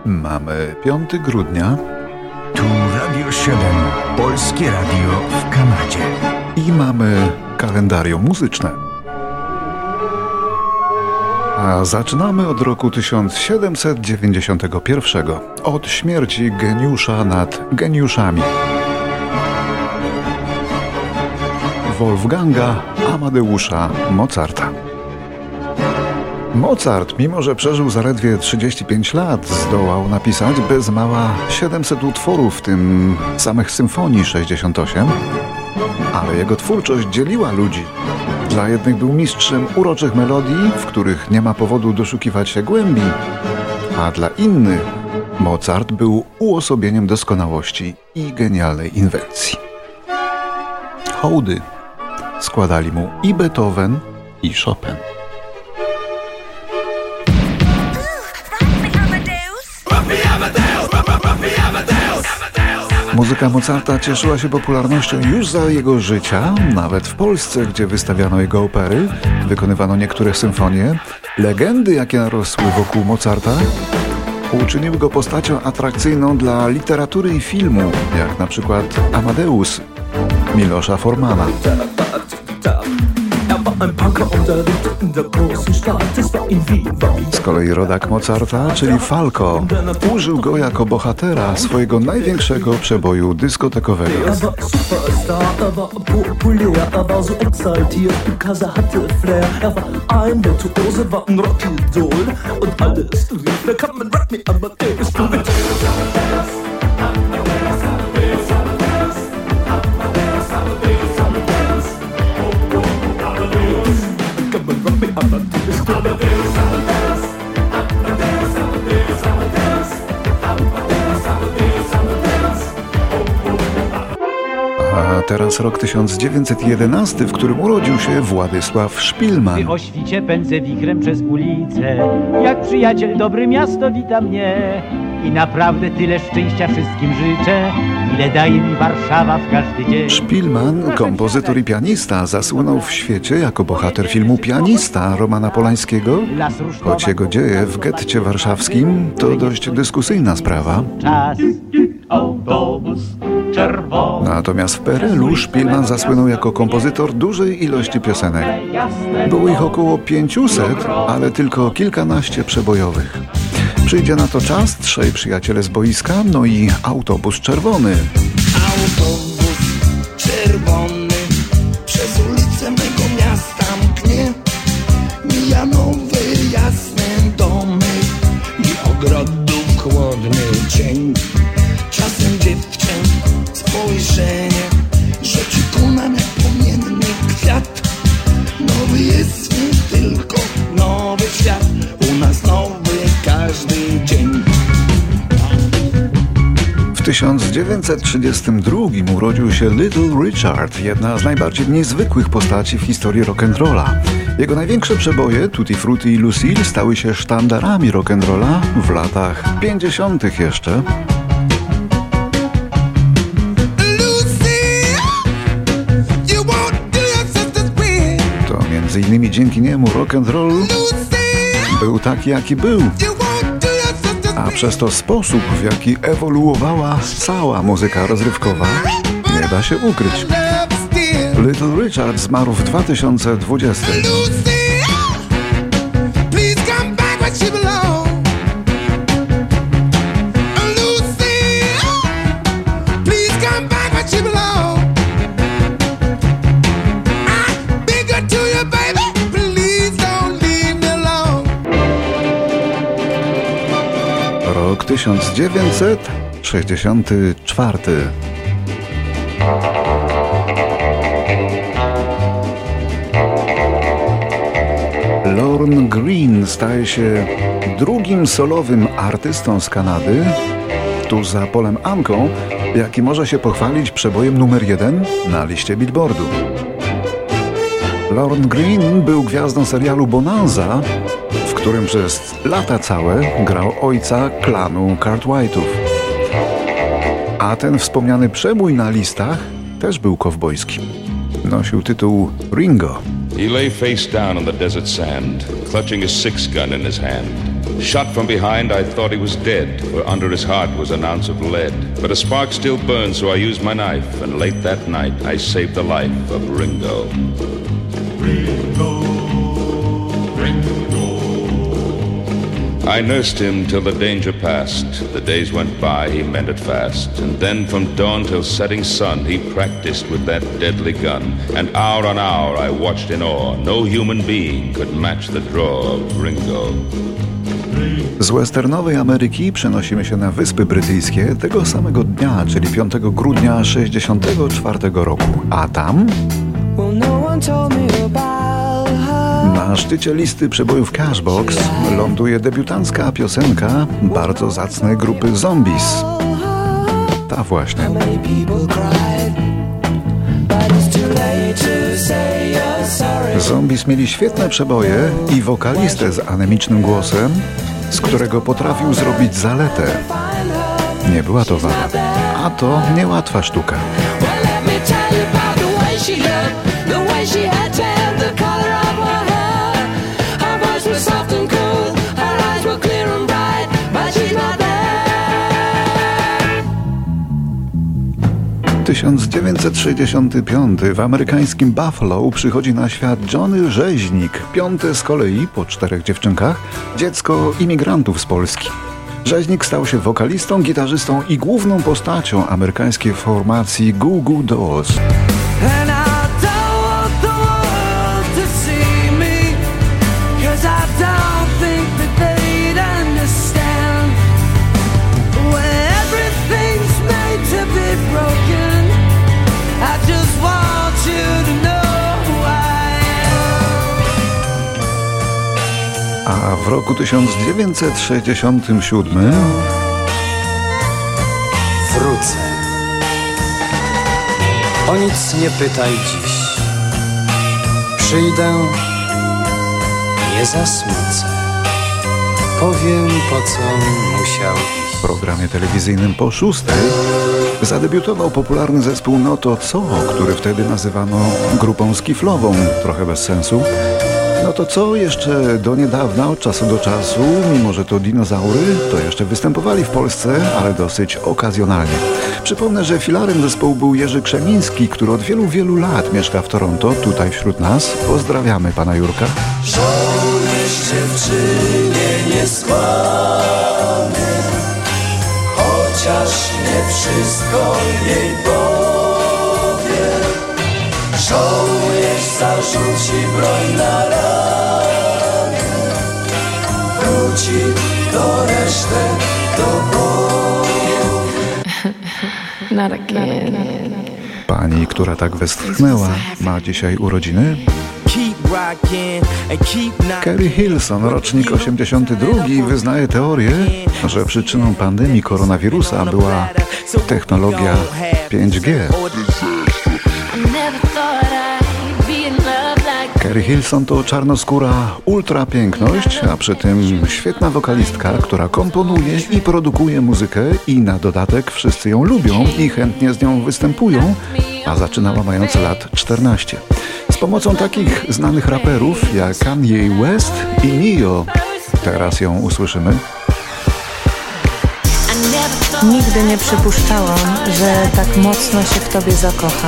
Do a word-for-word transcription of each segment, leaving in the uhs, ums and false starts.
Mamy piątego grudnia. Tu Radio siedem, Polskie Radio w Kanadzie. I mamy kalendarium muzyczne. A zaczynamy od roku tysiąc siedemset dziewięćdziesiątego pierwszego. Od śmierci geniusza nad geniuszami. Wolfganga Amadeusza Mozarta. Mozart, mimo że przeżył zaledwie trzydzieści pięć lat, zdołał napisać bez mała siedemset utworów, w tym samych symfonii sześćdziesiąt osiem, ale jego twórczość dzieliła ludzi. Dla jednych był mistrzem uroczych melodii, w których nie ma powodu doszukiwać się głębi, a dla innych Mozart był uosobieniem doskonałości i genialnej inwencji. Hołdy składali mu i Beethoven, i Chopin. Muzyka Mozarta cieszyła się popularnością już za jego życia, nawet w Polsce, gdzie wystawiano jego opery, wykonywano niektóre symfonie. Legendy, jakie narosły wokół Mozarta, uczyniły go postacią atrakcyjną dla literatury i filmu, jak na przykład Amadeus Milosza Formana. Z kolei rodak Mozarta, czyli Falco, użył go jako bohatera swojego największego przeboju dyskotekowego. A teraz rok tysiąc dziewięćset jedenasty, w którym urodził się Władysław Szpilman. O świcie pędzę wichrem przez ulicę, jak przyjaciel dobry miasto wita mnie. I naprawdę tyle szczęścia wszystkim życzę, ile daje mi Warszawa w każdy dzień. Szpilman, kompozytor i pianista, zasłynął w świecie jako bohater filmu Pianista Romana Polańskiego, choć jego dzieje w getcie warszawskim to dość dyskusyjna sprawa. Czas, autobus czerwony. Natomiast w P R L u Szpilman zasłynął jako kompozytor dużej ilości piosenek. Było ich około pięciuset, ale tylko kilkanaście przebojowych. Przyjdzie na to czas, Trzej przyjaciele z boiska, no i Autobus czerwony. Autobus czerwony przez ulicę mego miasta mknie. Mija nowe jasne domy i ogrodów chłodny cień. Czasem dziewczę spojrzenie rzuci ku nam jak płomienny kwiat. Nowy jest nie tylko nowy świat, u nas nowy każdy dzień. W tysiąc dziewięćset trzydziestym drugim urodził się Little Richard, jedna z najbardziej niezwykłych postaci w historii rock'n'rolla. Jego największe przeboje, Tutti Frutti i Lucille, stały się sztandarami rock'n'rolla w latach pięćdziesiątych jeszcze. To między innymi dzięki niemu rock'n'roll był taki, jaki był, a przez to sposób, w jaki ewoluowała cała muzyka rozrywkowa, nie da się ukryć. Little Richard zmarł w dwa tysiące dwudziestym. Rok tysiąc dziewięćset sześćdziesiąty czwarty. Lorne Greene staje się drugim solowym artystą z Kanady, tuż za Polem Anką, jaki może się pochwalić przebojem numer jeden na liście Billboardu. Lorne Greene był gwiazdą serialu Bonanza, w którym przez lata całe grał ojca klanu Cartwrightów. A ten wspomniany przebój na listach też był kowbojski. Nosił tytuł Ringo. He lay face down on the desert sand, clutching a six gun in his hand. Shot from behind, I thought he was dead, for under his heart was an ounce of lead. But a spark still burned, so I used my knife, and late that night I saved the life of Ringo. Ringo, Ringo. I nursed him till the danger passed. The days went by, he mended fast. And then from dawn till setting sun, he practiced with that deadly gun. And hour on hour I watched in awe. No human being could match the draw of Ringo. Z westernowej Ameryki przenosimy się na Wyspy Brytyjskie tego samego dnia, czyli piątego grudnia sześćdziesiątego czwartego roku. A tam... Na szczycie listy przebojów Cashbox ląduje debiutancka piosenka bardzo zacnej grupy Zombies. Ta właśnie. Zombies mieli świetne przeboje i wokalistę z anemicznym głosem, z którego potrafił zrobić zaletę. Nie była to wada, a to niełatwa sztuka. tysiąc dziewięćset sześćdziesiąty piąty w amerykańskim Buffalo przychodzi na świat Johnny Rzeźnik, piąte z kolei po czterech dziewczynkach dziecko imigrantów z Polski. Rzeźnik stał się wokalistą, gitarzystą i główną postacią amerykańskiej formacji Goo Goo Dolls. A w roku tysiąc dziewięćset sześćdziesiątym siódmym wrócę. O nic nie pytaj dziś. Przyjdę, nie zasmucę. Powiem, po co musiał iść. W programie telewizyjnym Po szóstej zadebiutował popularny zespół No To Co, który wtedy nazywano grupą skiflową, trochę bez sensu. No to co, jeszcze do niedawna, od czasu do czasu, mimo że to dinozaury, to jeszcze występowali w Polsce, ale dosyć okazjonalnie. Przypomnę, że filarem zespołu był Jerzy Krzemiński, który od wielu, wielu lat mieszka w Toronto, tutaj wśród nas. Pozdrawiamy pana Jurka. Żołnierz dziewczynie nie skłamie, chociaż nie wszystko jej powie. Żołnierz zarzuci broń na ramię, wróci do reszty do boju. Not again. Pani, która tak westchnęła, ma dzisiaj urodziny. Keri Hilson, rocznik osiemdziesiąty drugi, wyznaje teorię, że przyczyną pandemii koronawirusa była technologia pięć G. Keri Hilson to czarnoskóra ultrapiękność, a przy tym świetna wokalistka, która komponuje i produkuje muzykę i na dodatek wszyscy ją lubią i chętnie z nią występują, a zaczynała mając lat czternaście. Z pomocą takich znanych raperów jak Kanye West i Neo. Teraz ją usłyszymy. Nigdy nie przypuszczałam, że tak mocno się w Tobie zakocham.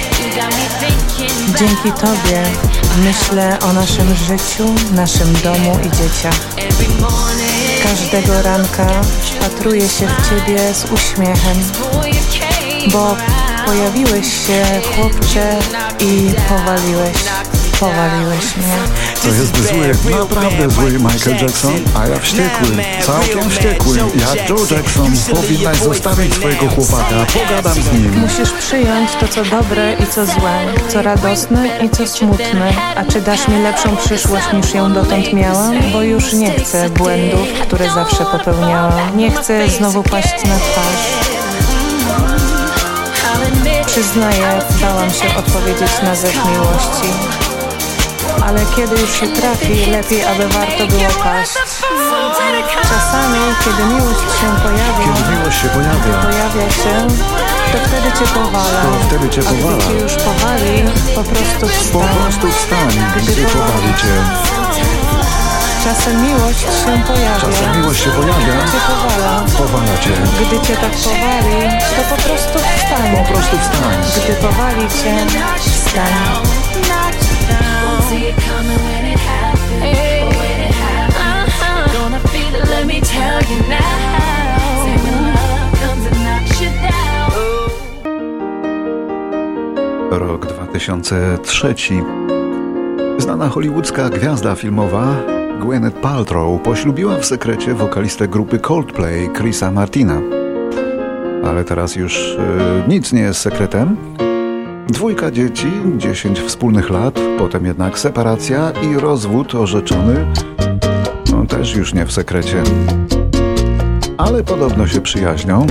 Dzięki Tobie myślę o naszym życiu, naszym domu i dzieciach. Każdego ranka wpatruję się w Ciebie z uśmiechem, bo pojawiłeś się, chłopcze, i powaliłeś, powaliłeś mnie. To jest zły, naprawdę zły Michael Jackson, a ja wściekły, całkiem wściekły. Jak Joe Jackson, powinnaś zostawić swojego chłopaka, pogadam z nim. Musisz przyjąć to, co dobre i co złe, co radosne i co smutne. A czy dasz mi lepszą przyszłość niż ją dotąd miałam? Bo już nie chcę błędów, które zawsze popełniałam. Nie chcę znowu paść na twarz. Przyznaję, bałam się odpowiedzieć na zew miłości. Ale kiedy już się trafi, lepiej, aby warto było paść. Czasami, kiedy miłość się pojawia, Kiedy miłość się pojawia, pojawia się, to wtedy cię powala. To wtedy cię powala. A gdy cię już powali, po prostu wstań. Po prostu wstań, gdy powali cię. Czasem miłość się pojawia. Czasem miłość się pojawia. Cię powala. Powala cię. Gdy cię tak powali, to po prostu wstań. Po prostu wstań. Gdy powali cię, wstań. Rok dwa tysiące trzeci. Znana hollywoodzka gwiazda filmowa Gwyneth Paltrow poślubiła w sekrecie wokalistę grupy Coldplay Chrisa Martina. Ale teraz już yy, nic nie jest sekretem. Dwójka dzieci, dziesięć wspólnych lat, potem jednak separacja i rozwód orzeczony. No też już nie w sekrecie. Ale podobno się przyjaźnią.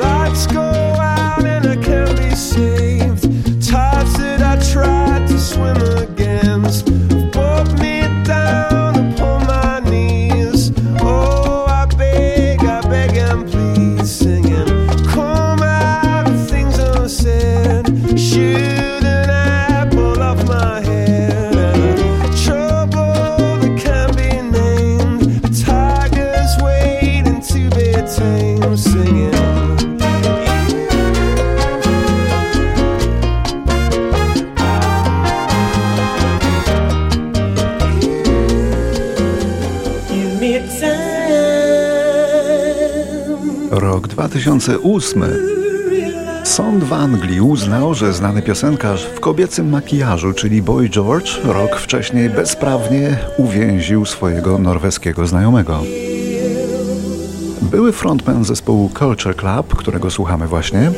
Rok dwa tysiące ósmy. Sąd w Anglii uznał, że znany piosenkarz w kobiecym makijażu, czyli Boy George, rok wcześniej bezprawnie uwięził swojego norweskiego znajomego. Były frontman zespołu Culture Club, którego słuchamy właśnie,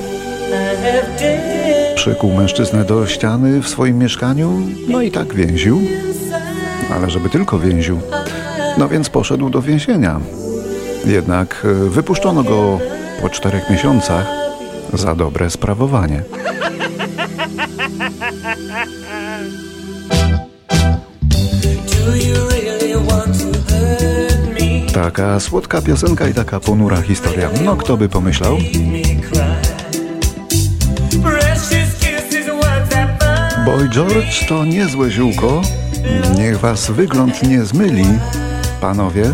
przykuł mężczyznę do ściany w swoim mieszkaniu, no i tak więził. Ale żeby tylko więził, no więc poszedł do więzienia. Jednak wypuszczono go po czterech miesiącach za dobre sprawowanie. Taka słodka piosenka i taka ponura historia. No kto by pomyślał? Boy George to niezłe ziółko. Niech was wygląd nie zmyli, panowie.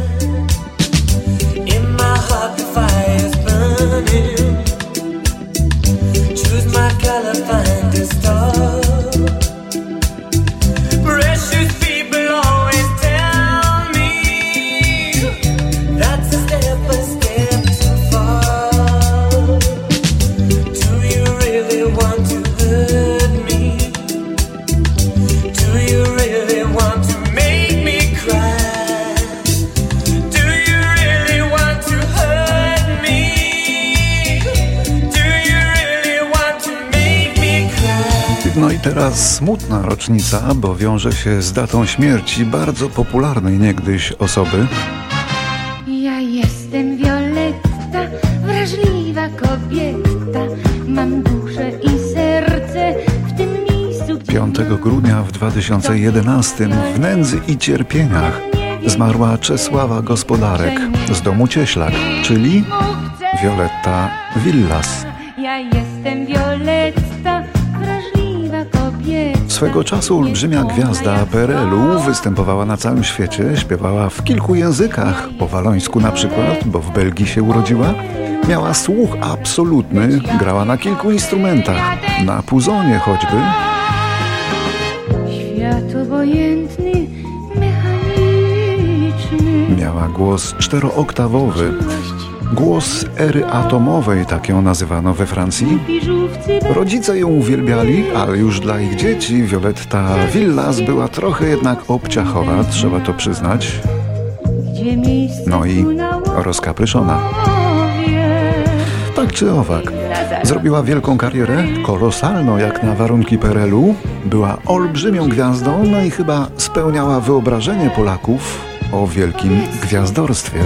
No i teraz smutna rocznica, bo wiąże się z datą śmierci bardzo popularnej niegdyś osoby. Ja jestem Violetta, wrażliwa kobieta, mam duszę i serce w tym miejscu, gdzie... piątego grudnia w dwa tysiące jedenastym w nędzy i cierpieniach zmarła Czesława Gospodarek z domu Cieślak, czyli Violetta Villas. Ja jestem Violetta, wrażliwa kobieta. Swego czasu olbrzymia gwiazda P R L u występowała na całym świecie, śpiewała w kilku językach, po walońsku na przykład, bo w Belgii się urodziła. Miała słuch absolutny, grała na kilku instrumentach, na puzonie choćby. Świat obojętny, mechaniczny. Miała głos czterooktawowy. Głos ery atomowej, tak ją nazywano we Francji. Rodzice ją uwielbiali, ale już dla ich dzieci Violetta Villas była trochę jednak obciachowa, trzeba to przyznać. No i rozkapryszona. Tak czy owak, zrobiła wielką karierę, kolosalną jak na warunki P R L u, była olbrzymią gwiazdą, no i chyba spełniała wyobrażenie Polaków o wielkim gwiazdorstwie.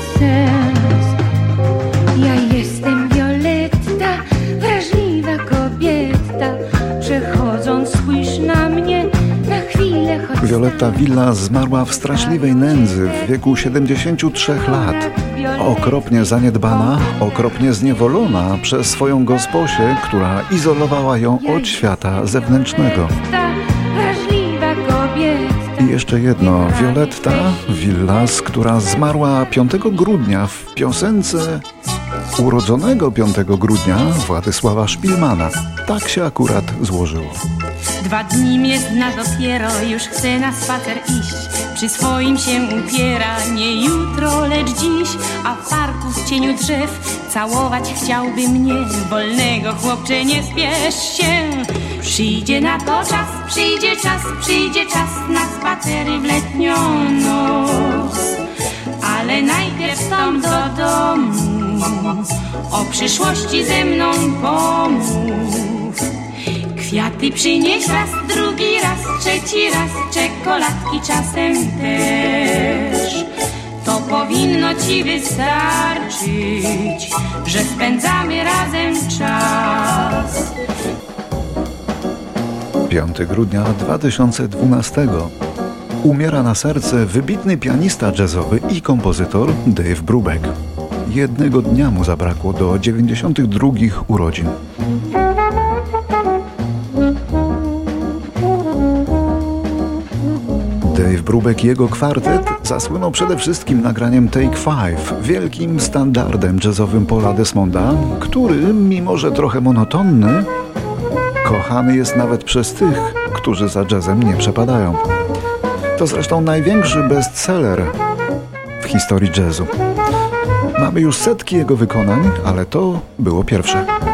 Ja jestem Violetta, wrażliwa kobieta, przechodząc spójrz na mnie na chwilę. Choć Violetta Villas zmarła w straszliwej nędzy w wieku siedemdziesięciu trzech lat. Okropnie zaniedbana, okropnie zniewolona przez swoją gosposię, która izolowała ją od świata zewnętrznego. wrażliwa kobieta. I jeszcze jedno. Violetta Villas, która zmarła piątego grudnia w piosence urodzonego piątego grudnia Władysława Szpilmana. Tak się akurat złożyło. Dwa dni mnie zna dopiero, już chce na spacer iść. Przy swoim się upiera, nie jutro, lecz dziś. A w parku w cieniu drzew całować chciałby mnie. Wolnego chłopcze, nie spiesz się. Przyjdzie na to czas, przyjdzie czas, przyjdzie czas na spacery w letnią noc. Ale najpierw stąd do domu, o przyszłości ze mną pomów. Kwiaty przynieś raz, drugi raz, trzeci raz, czekoladki czasem też. To powinno ci wystarczyć, że spędzamy razem czas. piątego grudnia dwa tysiące dwunastego umiera na serce wybitny pianista jazzowy i kompozytor Dave Brubeck. Jednego dnia mu zabrakło do dziewięćdziesiątych drugich urodzin. Dave Brubeck i jego kwartet zasłynął przede wszystkim nagraniem Take Five, wielkim standardem jazzowym Paula Desmonda, który, mimo że trochę monotonny, kochany jest nawet przez tych, którzy za jazzem nie przepadają. To zresztą największy bestseller w historii jazzu. Mamy już setki jego wykonań, ale to było pierwsze.